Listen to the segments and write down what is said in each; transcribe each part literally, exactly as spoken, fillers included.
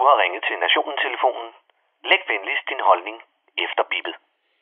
har ringet til Nationen-telefonen. Læg venligst din holdning efter bippet.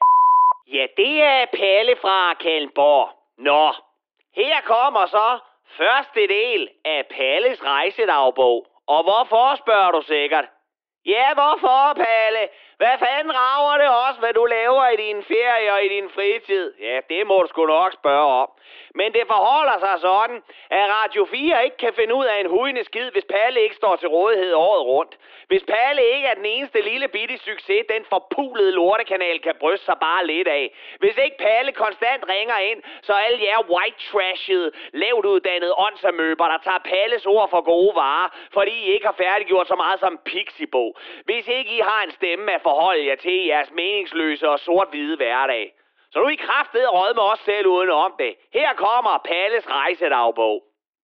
Ja, det er Palle fra Kalmborg. Nå, her kommer så første del af Palles rejsedagbog. Og hvorfor, spørger du sikkert? Ja, hvorfor, Palle? Hvad fanden rager det også, hvad du laver i din ferie og i din fritid? Ja, det må du sgu nok spørge om. Men det forholder sig sådan, at Radio fire ikke kan finde ud af en hujende skid, hvis Palle ikke står til rådighed året rundt. Hvis Palle ikke er den eneste lille bitte succes, den forpulede lortekanal kan bryste sig bare lidt af. Hvis ikke Palle konstant ringer ind, så alle jer white-trashede, lavt uddannede åndsamøber, der tager Palles ord for gode varer, fordi I ikke har færdiggjort så meget som en pixibog. Hvis ikke I har en stemme at forholde jer til jeres meningsløse og sort-hvide hverdag. Så nu er I kraftedeme råd med os selv uden om det. Her kommer Palles rejsedagbog.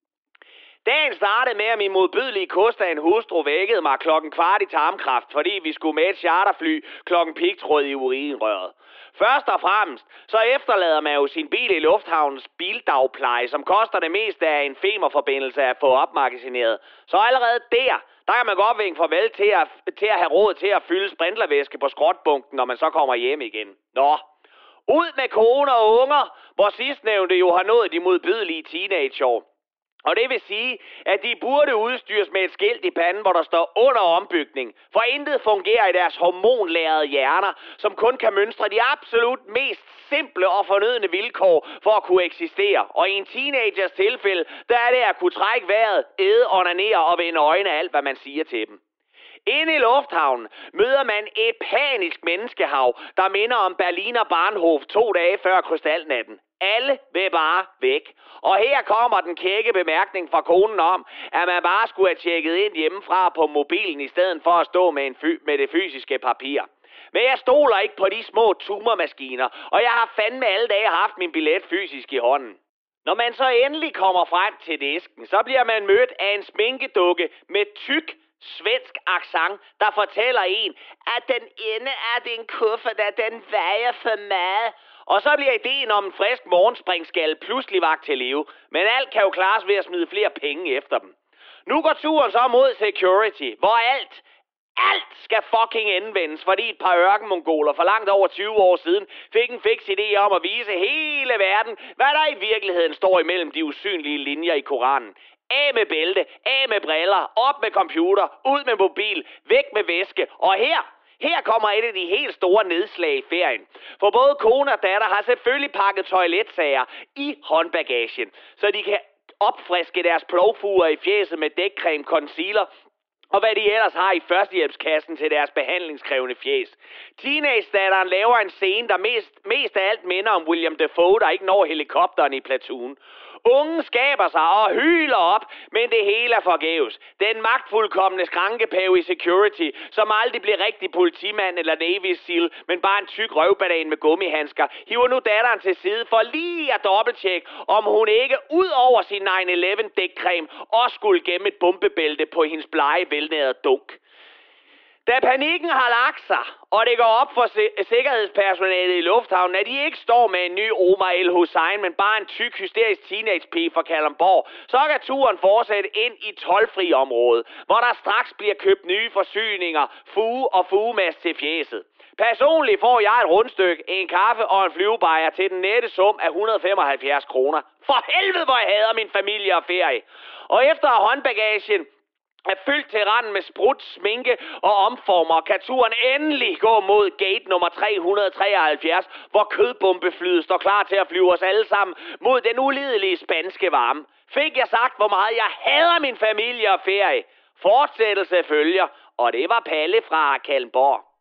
Dagen startede med, at min modbydelige kost af en hustru vækkede mig klokken kvart i tarmkræft, fordi vi skulle med et charterfly klokken pigtråd i urinrøret. Først og fremmest, så efterlader man jo sin bil i lufthavnens bildagpleje, som koster det meste af en femerforbindelse at få opmagasineret. Så allerede der, der kan man godt vinke farvel til at, til at have råd til at fylde sprinklervæske på skrotbunken, når man så kommer hjem igen. Nå. Ud med kone og unger, hvor sidstnævnte jo har nået de modbydelige teenageår. Og det vil sige, at de burde udstyres med et skilt i panden, hvor der står under ombygning. For intet fungerer i deres hormonlærede hjerner, som kun kan mønstre de absolut mest simple og fornødne vilkår for at kunne eksistere. Og i en teenagers tilfælde, der er det at kunne trække vejret, æde, onanere og vende øjne af alt, hvad man siger til dem. Inde i lufthavnen møder man et panisk menneskehav, der minder om Berliner Bahnhof to dage før krystalnatten. Alle vil bare væk. Og her kommer den kække bemærkning fra konen om, at man bare skulle have tjekket ind hjemmefra på mobilen i stedet for at stå med, en fy- med det fysiske papir. Men jeg stoler ikke på de små tumormaskiner, og jeg har fandme alle dage haft min billet fysisk i hånden. Når man så endelig kommer frem til disken, så bliver man mødt af en sminkedukke med tyk svensk accent, der fortæller en, at den ende af din kuffert, at den vejer for meget. Og så bliver ideen om en frisk morgenspringskal pludselig vagt til live. Men alt kan jo klares ved at smide flere penge efter dem. Nu går turen så mod security, hvor alt, alt skal fucking indvendes, fordi et par ørkenmongoler for langt over tyve år siden fik en fix idé om at vise hele verden, hvad der i virkeligheden står imellem de usynlige linjer i Koranen. Af med bælte, af med briller, op med computer, ud med mobil, væk med væske. Og her, her kommer et af de helt store nedslag i ferien. For både kone og datter har selvfølgelig pakket toiletsager i håndbagagen, så de kan opfriske deres plovfuger i fjeset med dækcreme, concealer og hvad de ellers har i førstehjælpskassen til deres behandlingskrævende fjes. Teenage-datteren laver en scene, der mest, mest af alt minder om William Dafoe, der ikke når helikopteren i Platoon. Ungen skaber sig og hyler op, men det hele er forgæves. Den magtfuldkommende skrankepave i security, som aldrig bliver rigtig politimand eller Navy SEAL, men bare en tyk røvbanan med gummihandsker, hiver nu datteren til side for lige at dobbelttjekke, om hun ikke ud over sin nine eleven dækcreme også skulle gemme et bombebælte på hendes blege, velnærede dunk. Da panikken har lagt sig, og det går op for sikkerhedspersonalet i lufthavnen, at de ikke står med en ny Omar El Hussein, men bare en tyk, hysterisk teenage-pige fra Kalundborg, så kan turen fortsætte ind i toldfri område, hvor der straks bliver købt nye forsyninger, fuge og fugemast til fjeset. Personligt får jeg et rundstykke, en kaffe og en flyvebajer til den nette sum af et hundrede og femoghalvfjerds kroner. For helvede, hvor jeg hader min familie og ferie. Og efter håndbagagen er fyldt til randen med sprut, sminke og omformer, kan turen endelig gå mod gate nummer tre hundrede treoghalvfjerds, hvor kødbombeflyet står klar til at flyve os alle sammen mod den ulidelige spanske varme. Fik jeg sagt, hvor meget jeg hader min familie og ferie? Fortsættelse følger, og det var Palle fra Kalundborg.